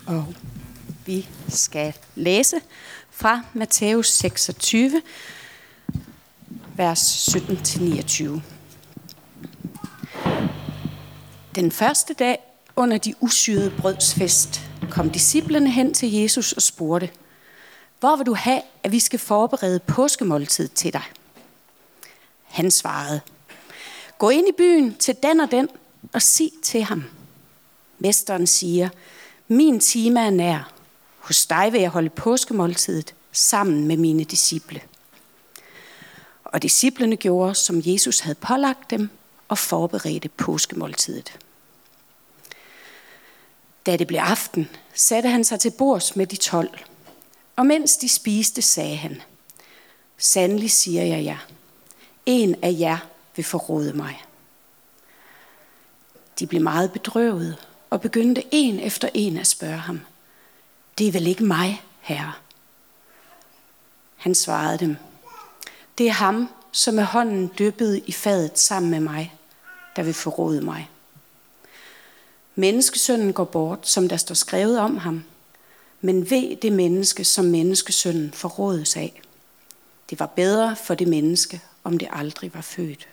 Og vi skal læse fra Matthæus 26, vers 17-29. Den første dag under de usyrede brøds fest kom disciplene hen til Jesus og spurgte: Hvor vil du have, at vi skal forberede påskemåltid til dig? Han svarede: Gå ind i byen til den og den og sig til ham: Mesteren siger, min time er nær. Hos dig vil jeg holde påskemåltidet sammen med mine disciple. Og disciplene gjorde, som Jesus havde pålagt dem, og forberedte påskemåltidet. Da det blev aften, satte han sig til bords med de 12. Og mens de spiste, sagde han: Sandelig siger jeg jer, en af jer vil forråde mig. De blev meget bedrøvede og begyndte en efter en at spørge ham: Det er vel ikke mig, Herre? Han svarede dem: Det er ham, som med hånden dyppede i fadet sammen med mig, der vil forråde mig. Menneskesønnen går bort, som der står skrevet om ham, men ved det menneske, som menneskesønnen forrådes af. Det var bedre for det menneske, om det aldrig var født.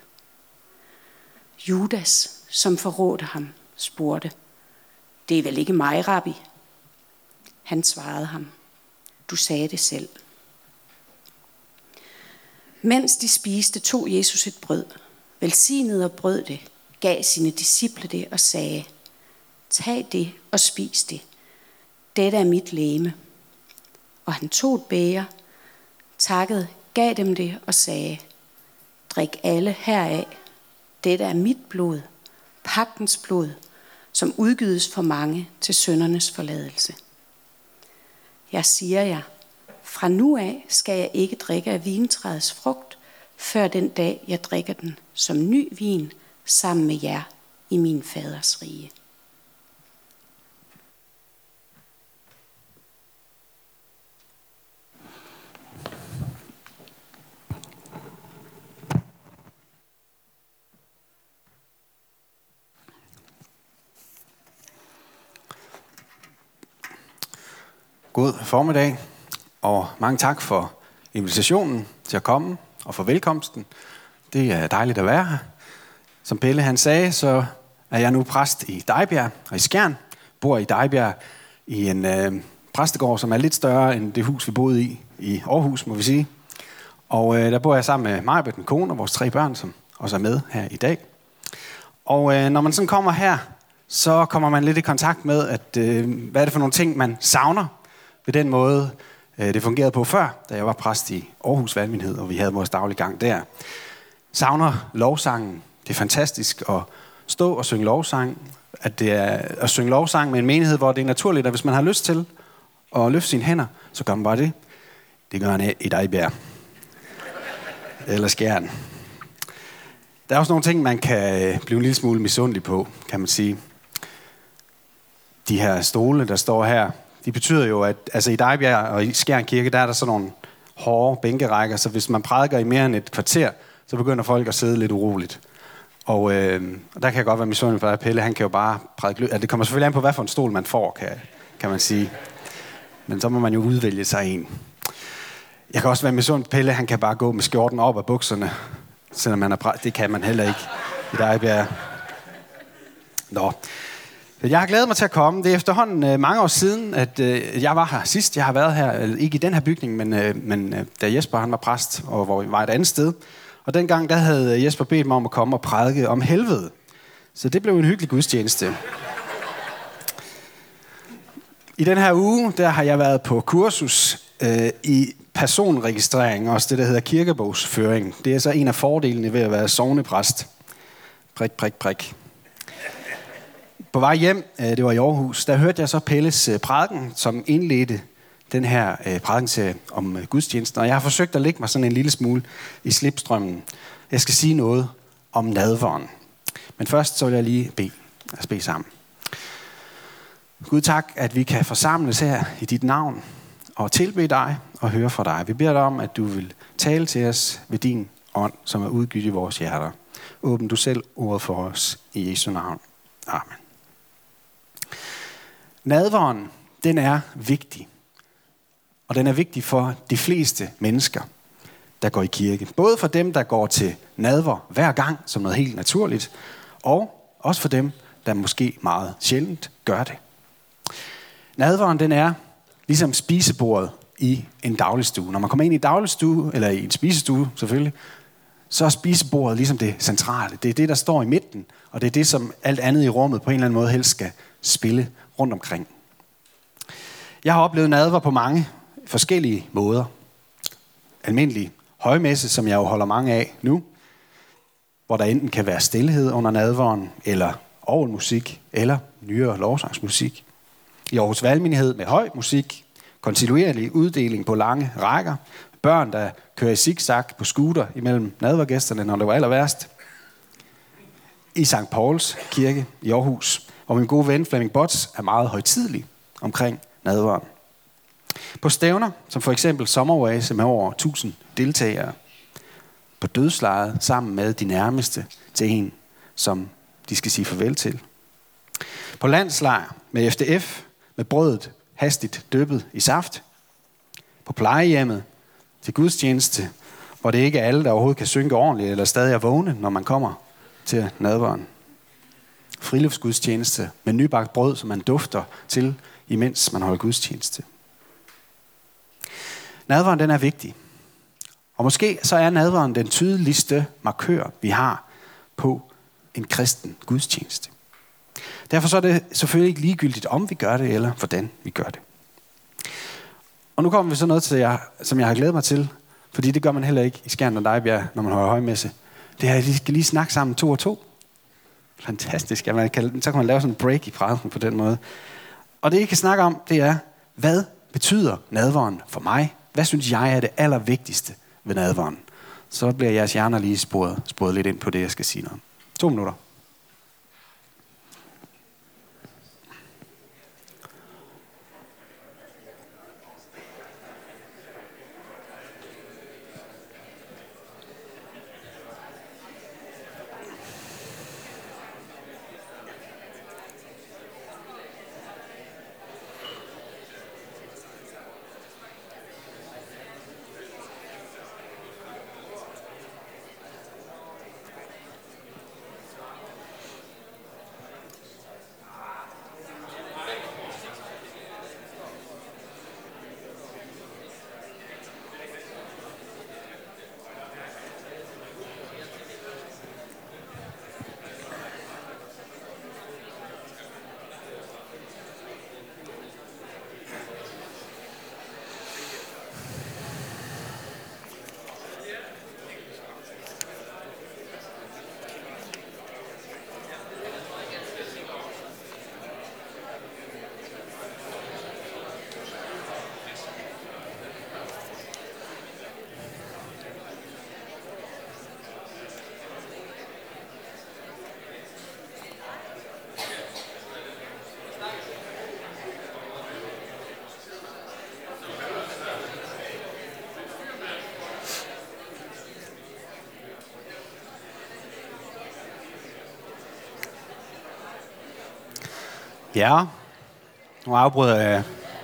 Judas, som forrådte ham, spurgte: Det er vel ikke mig, rabbi? Han svarede ham: Du sagde det selv. Mens de spiste, tog Jesus et brød, velsignede og brød det, gav sine disciple det og sagde: Tag det og spis det. Dette er mit legeme. Og han tog et bæger, takkede, gav dem det og sagde: Drik alle heraf. Dette er mit blod, pagtens blod, som udgydes for mange til syndernes forladelse. Jeg siger jer, fra nu af skal jeg ikke drikke af vintræets frugt, før den dag jeg drikker den som ny vin sammen med jer i min faders rige. God formiddag, og mange tak for invitationen til at komme og for velkomsten. Det er dejligt at være her. Som Pelle han sagde, så er jeg nu præst i Dejbjerg og i Skjern. Bor i Dejbjerg i en præstegård, som er lidt større end det hus, vi boede i Aarhus, må vi sige. Og der bor jeg sammen med Majbert, min kone, og vores 3 børn, som også er med her i dag. Og når man sådan kommer her, så kommer man lidt i kontakt med, at hvad er det for nogle ting, man savner ved den måde, det fungerede på før, da jeg var præst i Aarhus Valgmenighed, og vi havde vores daglige gang der. Savner lovsangen. Det er fantastisk at stå og synge lovsang. At det er at synge lovsang med en menighed, hvor det er naturligt, at hvis man har lyst til at løfte sine hænder, så gør man bare det. Det gør han i Dejbjerg. Eller Skjern. Der er også nogle ting, man kan blive en lille smule misundelig på, kan man sige. De her stole, der står her, de betyder jo, at altså i Dejbjerg og i Skjern Kirke, der er der sådan nogle hårde bænkerækker, så hvis man prædiker i mere end et kvarter, så begynder folk at sidde lidt uroligt. Og der kan jeg godt være misundelig for, at Pelle, han kan jo bare prædike. Det kommer selvfølgelig an på, hvad for en stol man får, kan man sige. Men så må man jo udvælge sig en. Jeg kan også være misundelig, Pelle, han kan bare gå med skjorten op af bukserne, selvom man er det kan man heller ikke i Dejbjerg. Nå. Jeg har glædet mig til at komme. Det er efterhånden mange år siden, at jeg var her sidst. Jeg har været her, ikke i den her bygning, men da Jesper han var præst, og hvor vi var et andet sted. Og dengang, der havde Jesper bedt mig om at komme og prædike om helvede. Så det blev en hyggelig gudstjeneste. I den her uge, der har jeg været på kursus i personregistrering, også det, der hedder kirkebogsføring. Det er så en af fordelene ved at være sognepræst. Prik, prik, prik. På vej hjem, det var i Aarhus, der hørte jeg så Pelles prædiken, som indledte den her prædikenserie om gudstjenesten. Og jeg har forsøgt at lægge mig sådan en lille smule i slipstrømmen. Jeg skal sige noget om nadveren. Men først så vil jeg lige bede sammen. Gud, tak, at vi kan forsamles her i dit navn og tilbede dig og høre fra dig. Vi beder dig om, at du vil tale til os ved din ånd, som er udgivet i vores hjerter. Åbn du selv ordet for os i Jesu navn. Amen. Nadveren, det den er vigtig. Og den er vigtig for de fleste mennesker, der går i kirke. Både for dem, der går til nadver hver gang, som noget helt naturligt, og også for dem, der måske meget sjældent gør det. Nadveren, den er ligesom spisebordet i en dagligstue. Når man kommer ind i en dagligstue, eller i en spisestue selvfølgelig, så er spisebordet ligesom det centrale. Det er det, der står i midten, og det er det, som alt andet i rummet på en eller anden måde helst skal spille rundt omkring. Jeg har oplevet nadver på mange forskellige måder. Almindelig højmesse, som jeg jo holder mange af nu, hvor der enten kan være stilhed under nadveren, eller orgelmusik, eller nyere lovsangsmusik. I Aarhus Valgmenighed med høj musik, kontinuerlig uddeling på lange rækker, børn, der kører i zigzag på scooter imellem nadvergæsterne, når det var aller værst. I St. Pauls Kirke i Aarhus, hvor min gode ven Flemming Bots er meget højtidelig omkring nadveren. På stævner, som for eksempel sommeroase med over 1000 deltagere. På dødslejet sammen med de nærmeste til en, som de skal sige farvel til. På landslejr med FDF, med brødet hastigt dyppet i saft. På plejehjemmet til gudstjeneste, hvor det ikke er alle, der overhovedet kan synge ordentligt, eller stadig er vågne, når man kommer til nadveren. Friluftsgudstjeneste med nybagt brød, som man dufter til, imens man holder gudstjeneste. Nadveren, den er vigtig. Og måske så er nadveren den tydeligste markør, vi har på en kristen gudstjeneste. Derfor så er det selvfølgelig ikke ligegyldigt, om vi gør det, eller hvordan vi gør det. Og nu kommer vi så noget til jer, som jeg har glædet mig til, fordi det gør man heller ikke i Skjern og Dejbjerg, når man holder højmesse. Det er, at I skal lige snakke sammen 2 og 2. Fantastisk. Så kan man lave sådan en break i prædiken på den måde. Og det, I kan snakke om, det er, hvad betyder nadveren for mig? Hvad synes jeg er det allervigtigste ved nadveren? Så bliver jeres hjerner lige sporet lidt ind på det, jeg skal sige noget om. 2 minutter. Ja, nu afbryder jeg.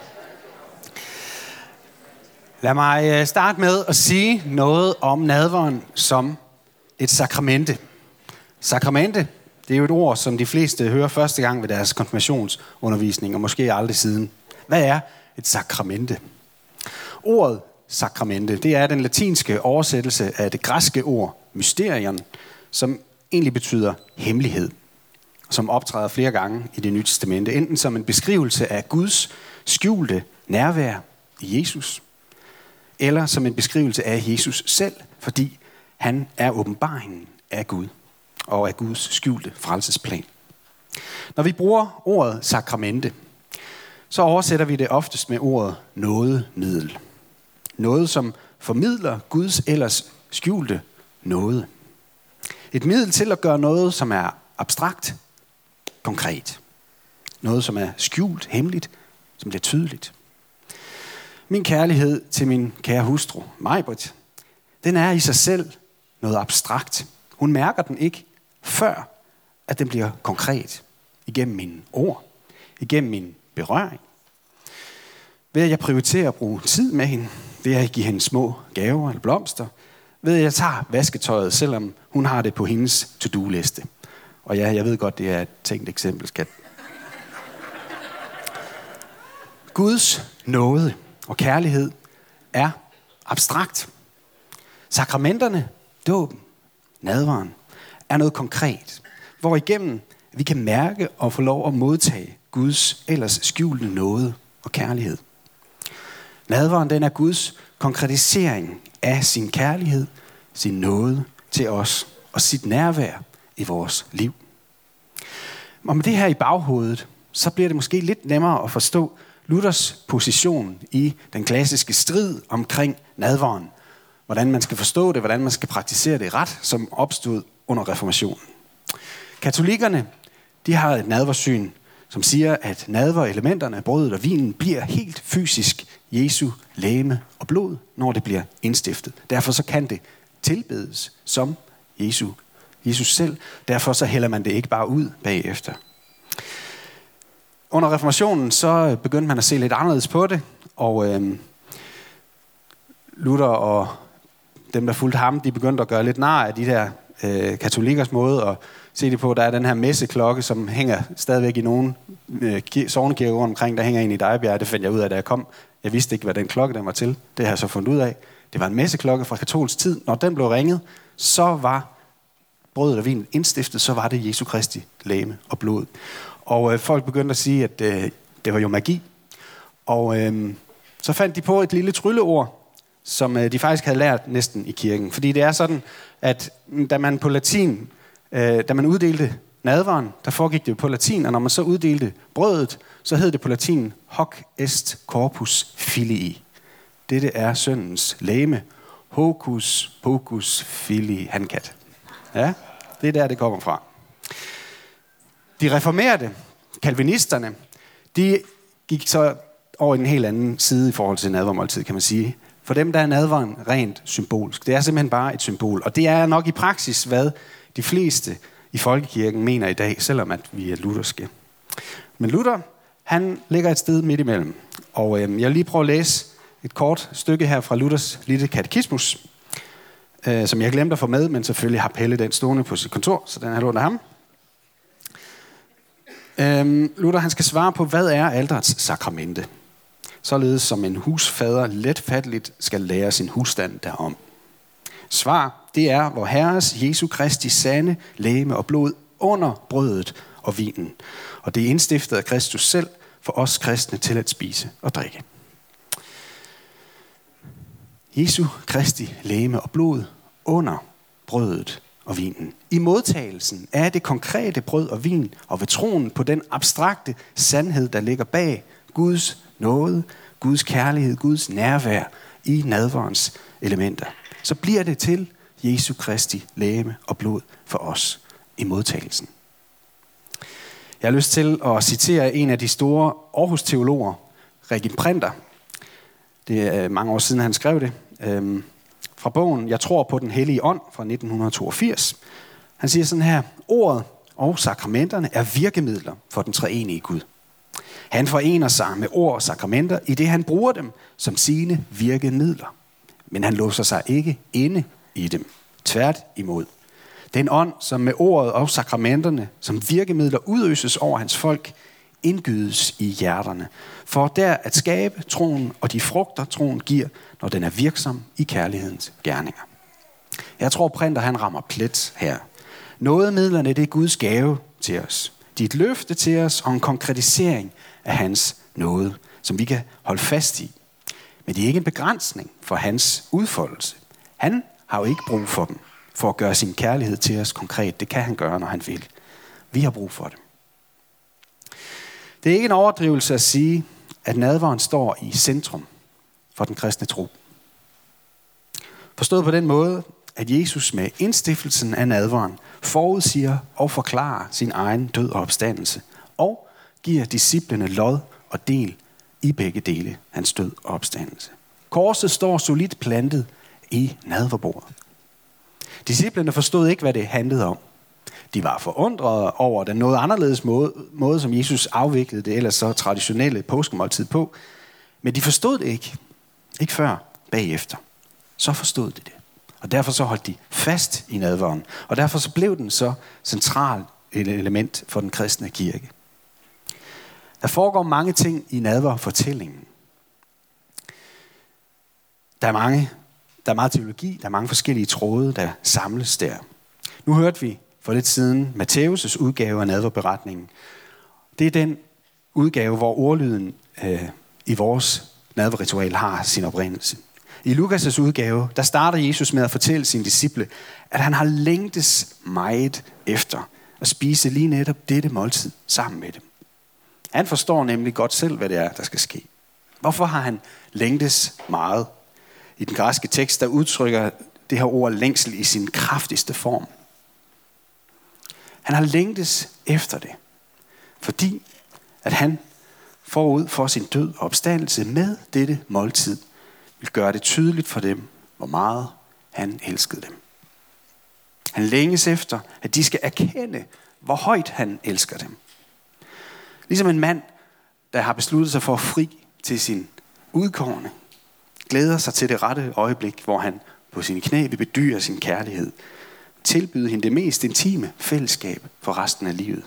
Lad mig starte med at sige noget om nadveren som et sakramente. Sakramente, det er jo et ord, som de fleste hører første gang ved deres konfirmationsundervisning, og måske aldrig siden. Hvad er et sakramente? Ordet sakramente, det er den latinske oversættelse af det græske ord mysterion, som egentlig betyder hemmelighed, som optræder flere gange i Det Nye Testamente, enten som en beskrivelse af Guds skjulte nærvær i Jesus, eller som en beskrivelse af Jesus selv, fordi han er åbenbaringen af Gud og af Guds skjulte frelsesplan. Når vi bruger ordet sakramente, så oversætter vi det oftest med ordet nådemiddel. Noget, som formidler Guds ellers skjulte nåde. Et middel til at gøre noget, som er abstrakt, konkret. Noget, som er skjult, hemmeligt, som bliver tydeligt. Min kærlighed til min kære hustru, Majbrit, den er i sig selv noget abstrakt. Hun mærker den ikke, før at den bliver konkret. Igennem mine ord, igennem min berøring. Ved at jeg prioriterer at bruge tid med hende, ved at jeg giver hende små gaver eller blomster, ved at jeg tager vasketøjet, selvom hun har det på hendes to-do-liste. Og ja, jeg ved godt, det er et tænkt eksempel, skat. Guds nåde og kærlighed er abstrakt. Sakramenterne, dåben, nadveren, er noget konkret, hvor igennem vi kan mærke og få lov at modtage Guds ellers skjulte nåde og kærlighed. Nadveren, den er Guds konkretisering af sin kærlighed, sin nåde til os og sit nærvær i vores liv. Og med det her i baghovedet, så bliver det måske lidt nemmere at forstå Luthers position i den klassiske strid omkring nadveren. Hvordan man skal forstå det, hvordan man skal praktisere det ret, som opstod under reformationen. Katolikkerne, de har et nadversyn, som siger, at nadverelementerne, brødet og vinen, bliver helt fysisk Jesu legeme og blod, når det bliver indstiftet. Derfor så kan det tilbedes som Jesus selv. Derfor så hælder man det ikke bare ud bagefter. Under reformationen så begyndte man at se lidt anderledes på det, og Luther og dem, der fulgte ham, de begyndte at gøre lidt nar af de der katolikkers måde at se det på. Der er den her messeklokke, som hænger stadigvæk i nogle sognekirker rundt omkring. Der hænger en i Dejbjerg. Det fandt jeg ud af, da jeg kom. Jeg vidste ikke, hvad den klokke den var til. Det har jeg så fundet ud af. Det var en messeklokke fra katolsk tid. Når den blev ringet, så var brødet og vinen indstiftet, så var det Jesu Kristi legeme og blod. Og folk begyndte at sige, at det var jo magi. Og så fandt de på et lille trylleord, som de faktisk havde lært næsten i kirken. Fordi det er sådan, at da man på latin, da man uddelte nadveren, der foregik det på latin, og når man så uddelte brødet, så hed det på latin hoc est corpus filii. Dette er søndens legeme. Hocus pocus filii hankat. Ja, det er der, det kommer fra. De reformerede, kalvinisterne, de gik så over i en helt anden side i forhold til nadvermåltid, kan man sige. For dem, der er nadveren rent symbolsk. Det er simpelthen bare et symbol. Og det er nok i praksis, hvad de fleste i folkekirken mener i dag, selvom at vi er lutherske. Men Luther, han ligger et sted midt imellem. Og jeg vil lige prøve at læse et kort stykke her fra Luthers lille katekismus, som jeg glemte at få med, men selvfølgelig har Pelle den stående på sit kontor, så den har lånt af ham. Luther, han skal svare på, hvad er alterets sakramente? Således som en husfader letfatteligt skal lære sin husstand derom. Svar, det er vor Herres Jesu Kristi sande legeme og blod under brødet og vinen. Og det er indstiftet af Kristus selv for os kristne til at spise og drikke. Jesu Kristi legeme og blod under brødet og vinen. I modtagelsen af det konkrete brød og vin, og ved troen på den abstrakte sandhed, der ligger bag Guds nåde, Guds kærlighed, Guds nærvær i nadverens elementer, så bliver det til Jesu Kristi legeme og blod for os i modtagelsen. Jeg har lyst til at citere en af de store Aarhus-teologer, Regin Printer. Det er mange år siden, han skrev det. Fra bogen Jeg tror på den hellige ånd fra 1982. Han siger sådan her: ordet og sakramenterne er virkemidler for den treenige Gud. Han forener sig med ord og sakramenter, i det han bruger dem som sine virkemidler. Men han låser sig ikke inde i dem. Tvært imod. Den ånd, som med ordet og sakramenterne som virkemidler udøses over hans folk, indgydes i hjerterne, for der at skabe troen og de frugter, troen giver, når den er virksom i kærlighedens gerninger. Jeg tror, Printer han rammer plet her. Nådemidlerne, det er Guds gave til os. De er et løfte til os og en konkretisering af hans nåde, som vi kan holde fast i. Men det er ikke en begrænsning for hans udfoldelse. Han har jo ikke brug for dem, for at gøre sin kærlighed til os konkret. Det kan han gøre, når han vil. Vi har brug for det. Det er ikke en overdrivelse at sige, at nadveren står i centrum for den kristne tro. Forstået på den måde, at Jesus med indstiftelsen af nadveren forudsiger og forklarer sin egen død og opstandelse, og giver disciplene lod og del i begge dele, hans død og opstandelse. Korset står solidt plantet i nadverbordet. Disciplene forstod ikke, hvad det handlede om. De var forundrede over den noget anderledes måde, som Jesus afviklede det ellers så traditionelle påskemåltid på. Men de forstod det ikke. Ikke før bagefter. Så forstod de det. Og derfor så holdt de fast i nadveren. Og derfor så blev den så central et element for den kristne kirke. Der foregår mange ting i nadverfortællingen. Der er meget teologi, der er mange forskellige tråde, der samles der. Nu hørte vi for lidt siden Matthæus' udgave af nadverberetningen. Det er den udgave, hvor ordlyden i vores nadverritual har sin oprindelse. I Lukas' udgave, der starter Jesus med at fortælle sine disciple, at han har længtes meget efter at spise lige netop dette måltid sammen med dem. Han forstår nemlig godt selv, hvad det er, der skal ske. Hvorfor har han længtes meget? I den græske tekst, der udtrykker det her ord længsel i sin kraftigste form. Han har længtes efter det, fordi at han forud for sin død og opstandelse med dette måltid vil gøre det tydeligt for dem, hvor meget han elskede dem. Han længes efter, at de skal erkende, hvor højt han elsker dem. Ligesom en mand, der har besluttet sig for at fri til sin udkårne, glæder sig til det rette øjeblik, hvor han på sine knæ vil bedyre sin kærlighed, tilbyde hende det mest intime fællesskab for resten af livet.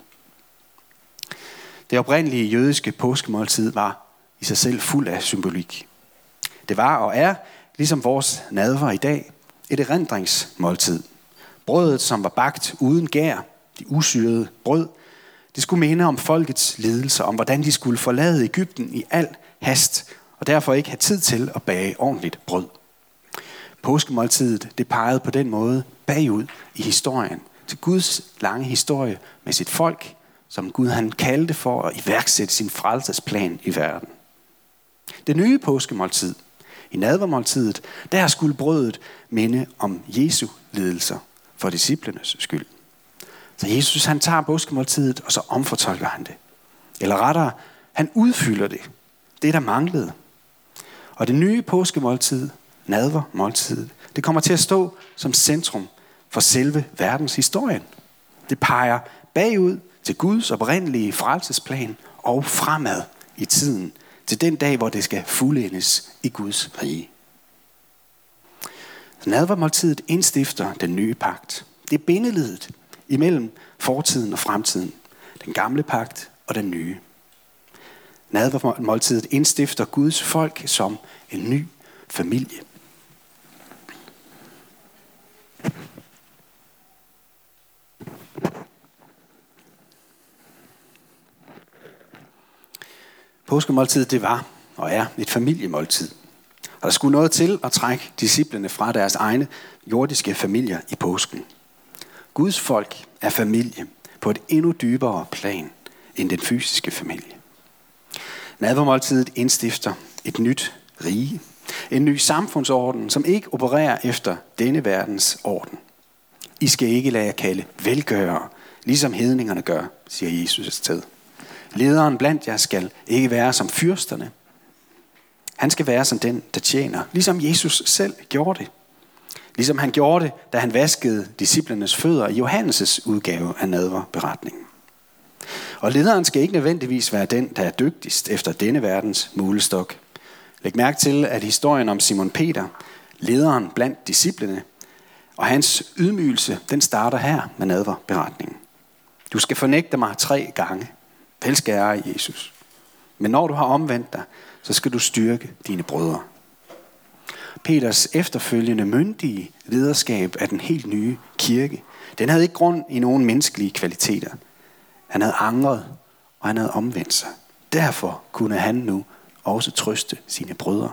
Det oprindelige jødiske påskemåltid var i sig selv fuld af symbolik. Det var og er, ligesom vores nadver i dag, et erindringsmåltid. Brødet, som var bagt uden gær, de usyrede brød, det skulle minde om folkets lidelser, om hvordan de skulle forlade Egypten i al hast, og derfor ikke have tid til at bage ordentligt brød. Påskemåltidet, det pegede på den måde bagud i historien, til Guds lange historie med sit folk, som Gud han kaldte for at iværksætte sin frelsesplan i verden. Det nye påskemåltid, i nadvermåltidet, der skulle brødet minde om Jesu lidelser for disciplenes skyld. Så Jesus han tager påskemåltidet, og så omfortolker han det. Eller rettere, han udfylder det. Det der manglede. Og det nye påskemåltid, nadvermåltidet, det kommer til at stå som centrum for selve verdens historien. Det peger bagud til Guds oprindelige frelsesplan og fremad i tiden til den dag, hvor det skal fuldendes i Guds rige. Nadvermåltidet indstifter den nye pagt. Det er bindeledet imellem fortiden og fremtiden. Den gamle pagt og den nye. Nadvermåltidet indstifter Guds folk som en ny familie. Påskemåltidet, det var og er et familiemåltid. Og der skulle noget til at trække disciplene fra deres egne jordiske familier i påsken. Guds folk er familie på et endnu dybere plan end den fysiske familie. Nadvermåltidet indstifter et nyt rige, en ny samfundsorden, som ikke opererer efter denne verdens orden. I skal ikke lade jer kalde velgørere, ligesom hedningerne gør, siger Jesus et sted. Lederen blandt jer skal ikke være som fyrsterne. Han skal være som den, der tjener, ligesom Jesus selv gjorde det. Ligesom han gjorde det, da han vaskede disciplenes fødder i Johannes' udgave af nadverberetningen. Og lederen skal ikke nødvendigvis være den, der er dygtigst efter denne verdens mulestok. Læg mærke til, at historien om Simon Peter, lederen blandt disciplene, og hans ydmygelse, den starter her med nadverberetningen. Du skal fornægte mig 3 gange. Vel skal jeg, Jesus. Men når du har omvendt dig, så skal du styrke dine brødre. Peters efterfølgende myndige lederskab af den helt nye kirke, den havde ikke grund i nogen menneskelige kvaliteter. Han havde angret, og han havde omvendt sig. Derfor kunne han nu også trøste sine brødre.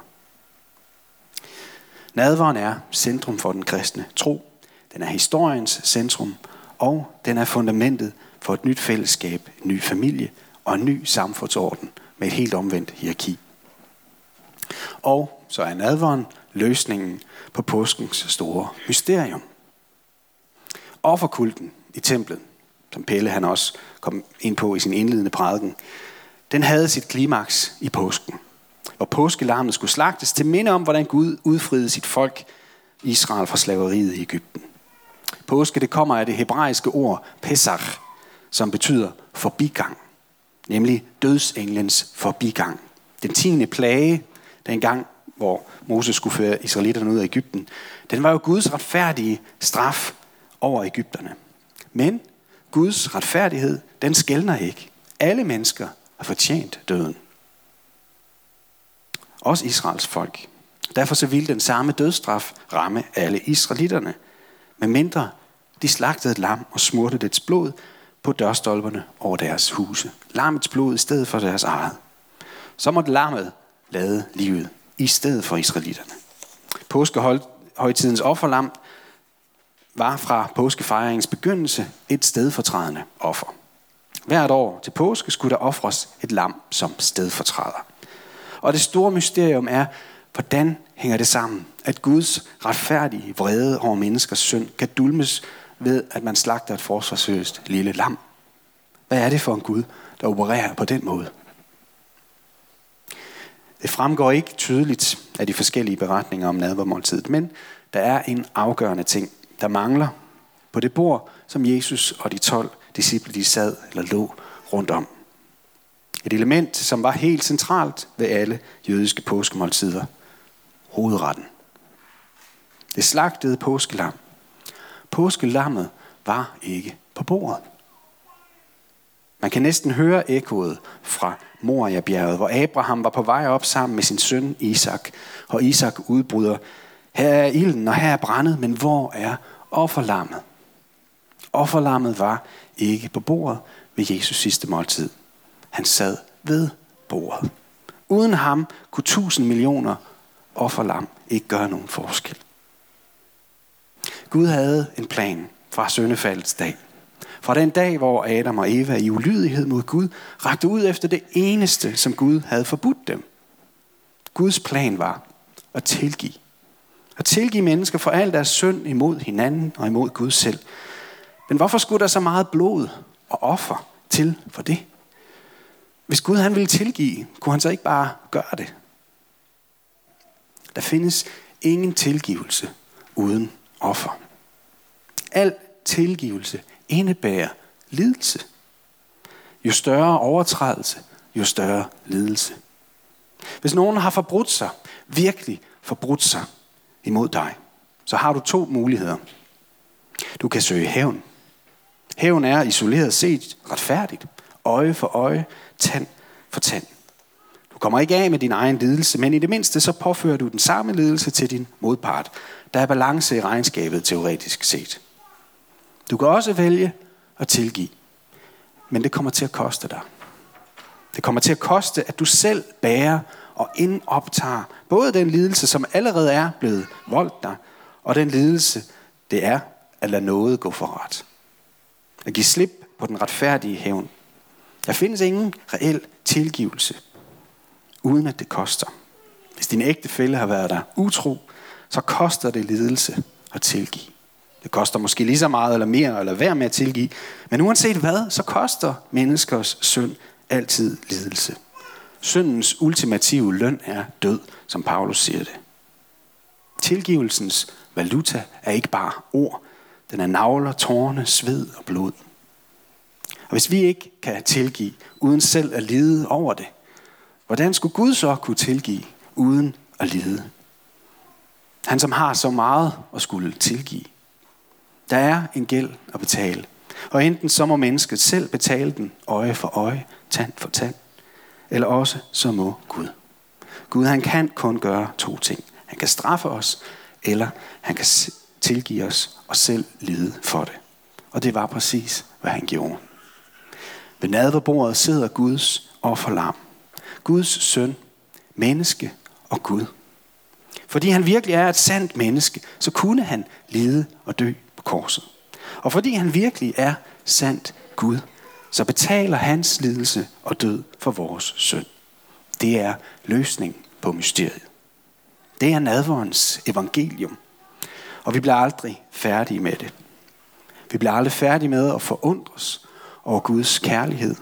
Nadveren er centrum for den kristne tro. Den er historiens centrum, og den er fundamentet for et nyt fællesskab, en ny familie og en ny samfundsorden med et helt omvendt hierarki. Og så er nadveren løsningen på påskens store mysterium. Offerkulten i templet, som Pelle han også kom ind på i sin indledende prædiken, den havde sit klimaks i påsken, hvor påskelammet skulle slagtes til minde om, hvordan Gud udfriede sit folk Israel fra slaveriet i Egypten. Påske, det kommer af det hebraiske ord Pesach, som betyder forbigang, nemlig dødsenglens forbigang. Den 10. plage, den gang, hvor Moses skulle føre israelitterne ud af Egypten, den var jo Guds retfærdige straf over egypterne. Men Guds retfærdighed, den skelner ikke. Alle mennesker har fortjent døden. Også Israels folk. Derfor så ville den samme dødsstraf ramme alle israelitterne, medmindre de slagtede et lam og smurte dets blod på dørstolperne over deres huse. Lammets blod i stedet for deres eget. Så måtte lammet lade livet i stedet for israelitterne. Påskehøjtidens offerlam var fra påskefejringens begyndelse et stedfortrædende offer. Hvert år til påske skulle der ofres et lam som stedfortræder. Og det store mysterium er, hvordan hænger det sammen, at Guds retfærdige vrede over menneskers synd kan dulmes ved, at man slagter et forsvarsløst lille lam. Hvad er det for en Gud, der opererer på den måde? Det fremgår ikke tydeligt af de forskellige beretninger om nadvermåltidet, men der er en afgørende ting, der mangler på det bord, som Jesus og de 12 disciple de sad eller lå rundt om. Et element, som var helt centralt ved alle jødiske påskemåltider. Hovedretten. Det slagtede påskelam. Påskelammet var ikke på bordet. Man kan næsten høre ekkoet fra Moria-bjerget, hvor Abraham var på vej op sammen med sin søn Isak. Og Isak udbryder, her er ilden, og her er brændet, men hvor er offerlammet? Offerlammet var ikke på bordet ved Jesus sidste måltid. Han sad ved bordet. Uden ham kunne 1000 millioner offerlam ikke gøre nogen forskel. Gud havde en plan fra syndefaldets dag. Fra den dag, hvor Adam og Eva i ulydighed mod Gud rakte ud efter det eneste, som Gud havde forbudt dem. Guds plan var at tilgive. At tilgive mennesker for al deres synd imod hinanden og imod Gud selv. Men hvorfor skulle der så meget blod og offer til for det? Hvis Gud han ville tilgive, kunne han så ikke bare gøre det? Der findes ingen tilgivelse uden offer. Al tilgivelse indebærer lidelse. Jo større overtrædelse, jo større lidelse. Hvis nogen har forbrudt sig, virkelig forbrudt sig imod dig, så har du 2 muligheder. Du kan søge hævn. Hævn er isoleret set retfærdigt. Øje for øje, tand for tand. Du kommer ikke af med din egen lidelse, men i det mindste så påfører du den samme lidelse til din modpart. Der er balance i regnskabet teoretisk set. Du kan også vælge at tilgive, men det kommer til at koste dig. Det kommer til at koste, at du selv bærer og indoptager både den lidelse, som allerede er blevet voldt dig, og den lidelse, det er at lade noget gå for ret. At give slip på den retfærdige hævn. Der findes ingen reel tilgivelse, uden at det koster. Hvis din ægtefælle har været der utro, så koster det lidelse at tilgive. Det koster måske lige så meget eller mere, eller være med at tilgive. Men uanset hvad, så koster menneskers synd altid lidelse. Syndens ultimative løn er død, som Paulus siger det. Tilgivelsens valuta er ikke bare ord. Den er nagler, tårne, sved og blod. Og hvis vi ikke kan tilgive, uden selv at lide over det, hvordan skulle Gud så kunne tilgive, uden at lide? Han som har så meget at skulle tilgive. Der er en gæld at betale. Og enten så må mennesket selv betale den øje for øje, tand for tand. Eller også så må Gud. Gud han kan kun gøre 2 ting. Han kan straffe os, eller han kan tilgive os og selv lide for det. Og det var præcis, hvad han gjorde. Ved nadverbordet sidder Guds offerlam. Guds søn, menneske og Gud. Fordi han virkelig er et sandt menneske, så kunne han lide og dø på korset. Og fordi han virkelig er sandt Gud, så betaler hans lidelse og død for vores synd. Det er løsningen på mysteriet. Det er nadverens evangelium. Og vi bliver aldrig færdige med det. Vi bliver aldrig færdige med at forundres over Guds kærlighed.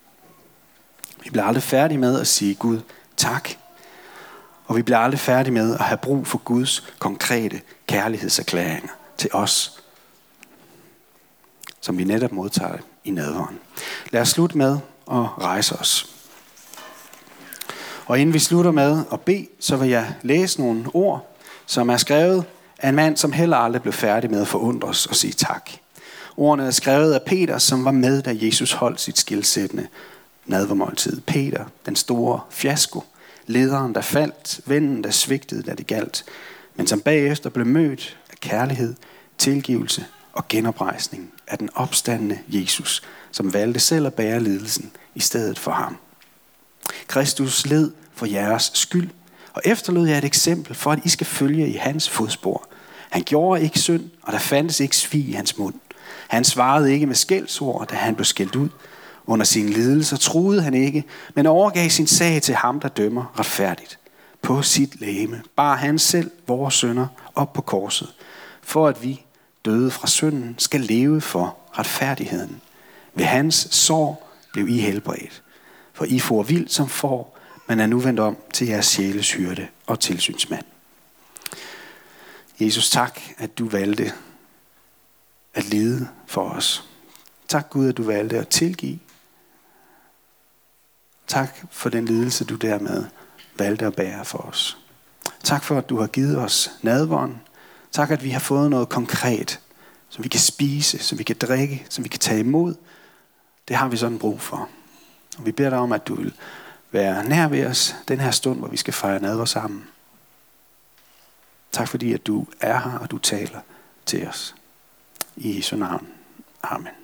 Vi bliver aldrig færdige med at sige Gud tak. Og vi bliver aldrig færdige med at have brug for Guds konkrete kærlighedserklæringer til os, som vi netop modtager i nadveren. Lad os slutte med at rejse os. Og inden vi slutter med at bede, så vil jeg læse nogle ord, som er skrevet af en mand, som heller aldrig blev færdig med at forundres og sige tak. Ordene er skrevet af Peter, som var med, da Jesus holdt sit skilsættende nadvermåltid. Peter, den store fiasko, lederen, der faldt, vennen, der svigtede, da det galt, men som bagefter blev mødt af kærlighed, tilgivelse og genoprejsning af den opstandne Jesus, som valgte selv at bære lidelsen i stedet for ham. Kristus led for jeres skyld, og efterlod jer et eksempel for, at I skal følge i hans fodspor. Han gjorde ikke synd, og der fandtes ikke svig i hans mund. Han svarede ikke med skældsord, da han blev skældt ud. Under sine lidelser truede han ikke, men overgav sin sag til ham, der dømmer retfærdigt. På sit legeme bar han selv vores synder op på korset, for at vi, døde fra synden, skal leve for retfærdigheden. Ved hans sår blev I helbredt, for I for vildt som får, men er nu vendt om til jeres sjæles hyrde og tilsynsmand. Jesus, tak, at du valgte at lide for os. Tak Gud, at du valgte at tilgive. Tak for den lidelse, du dermed valgte at bære for os. Tak for, at du har givet os nadveren. Tak, at vi har fået noget konkret, som vi kan spise, som vi kan drikke, som vi kan tage imod. Det har vi sådan brug for. Og vi beder dig om, at du vil være nær ved os den her stund, hvor vi skal fejre nadver sammen. Tak fordi, at du er her, og du taler til os. I Jesu navn. Amen.